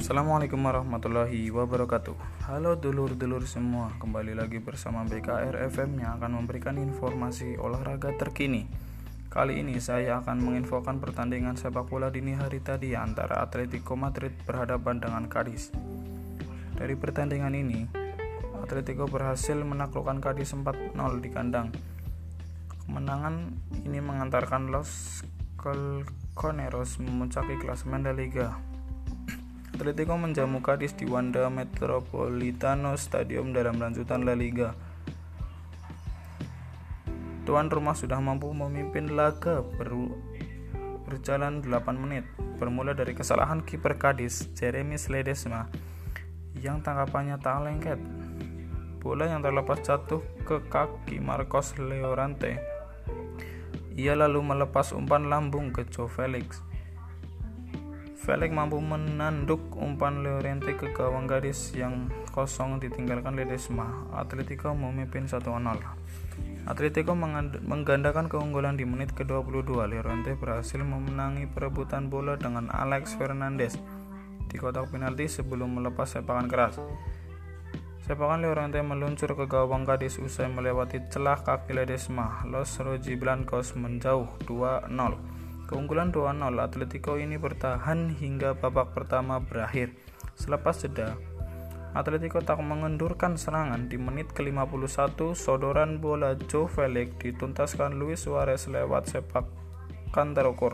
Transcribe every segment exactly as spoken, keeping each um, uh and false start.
Assalamualaikum warahmatullahi wabarakatuh. Halo dulur-dulur semua, kembali lagi bersama B K R F M yang akan memberikan informasi olahraga terkini. Kali ini saya akan menginfokan pertandingan sepak bola dini hari tadi antara Atletico Madrid berhadapan dengan Cadiz. Dari pertandingan ini, Atletico berhasil menaklukkan Cadiz empat nol di kandang. Kemenangan ini mengantarkan Los Colchoneros memuncaki klasemen La Liga. Atletico menjamu Cadiz di Wanda Metropolitano Stadium dalam lanjutan La Liga. Tuan rumah sudah mampu memimpin laga ber- berjalan delapan menit, bermula dari kesalahan kiper Cadiz, Jeremy Ledesma, yang tangkapannya tak lengket. Bola yang terlepas jatuh ke kaki Marcos Llorente. Ia lalu melepas umpan lambung ke Joao Felix. Felix mampu menanduk umpan Llorente ke gawang Cadiz yang kosong ditinggalkan Ledesma. Atletico memimpin satu nol. Atletico menggandakan keunggulan di menit ke dua puluh dua. Llorente berhasil memenangi perebutan bola dengan Alex Fernandez di kotak penalti sebelum melepas sepakan keras. Sepakan Llorente meluncur ke gawang Cadiz usai melewati celah kaki Ledesma. Los Rojiblancos menjauh dua nol. Keunggulan dua nol Atletico ini bertahan hingga babak pertama berakhir. Selepas jeda, Atletico tak mengendurkan serangan. Di menit ke lima puluh satu, sodoran bola Joao Felix dituntaskan Luis Suarez lewat sepakan terukur.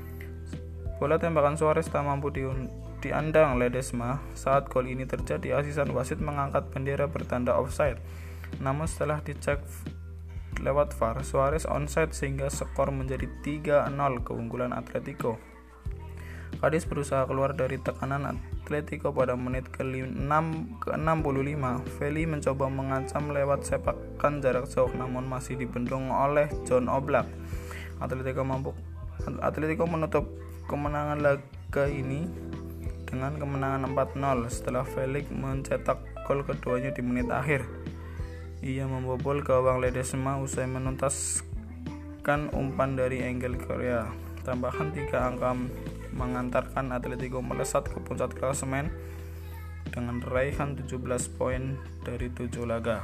Bola tembakan Suarez tak mampu di- diandang Ledesma. Saat gol ini terjadi, asisten wasit mengangkat bendera bertanda offside. Namun setelah dicek lewat V A R, Suarez onside sehingga skor menjadi tiga nol keunggulan Atletico. Cadiz berusaha keluar dari tekanan Atletico pada menit ke enam puluh lima. Feli mencoba mengancam lewat sepakan jarak jauh namun masih dibendung oleh Jon Oblak. Atletico mampu Atletico menutup kemenangan laga ini dengan kemenangan empat nol setelah Felix mencetak gol keduanya di menit akhir. Ia membobol gawang Ledesma usai menuntaskan umpan dari Angel Correa. Tambahan tiga angka mengantarkan Atletico melesat ke puncak klasemen dengan raihan tujuh belas poin dari tujuh laga.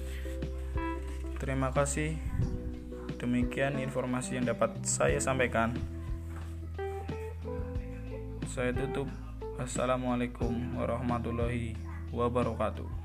Terima kasih. Demikian informasi yang dapat saya sampaikan. Saya tutup. Assalamualaikum warahmatullahi wabarakatuh.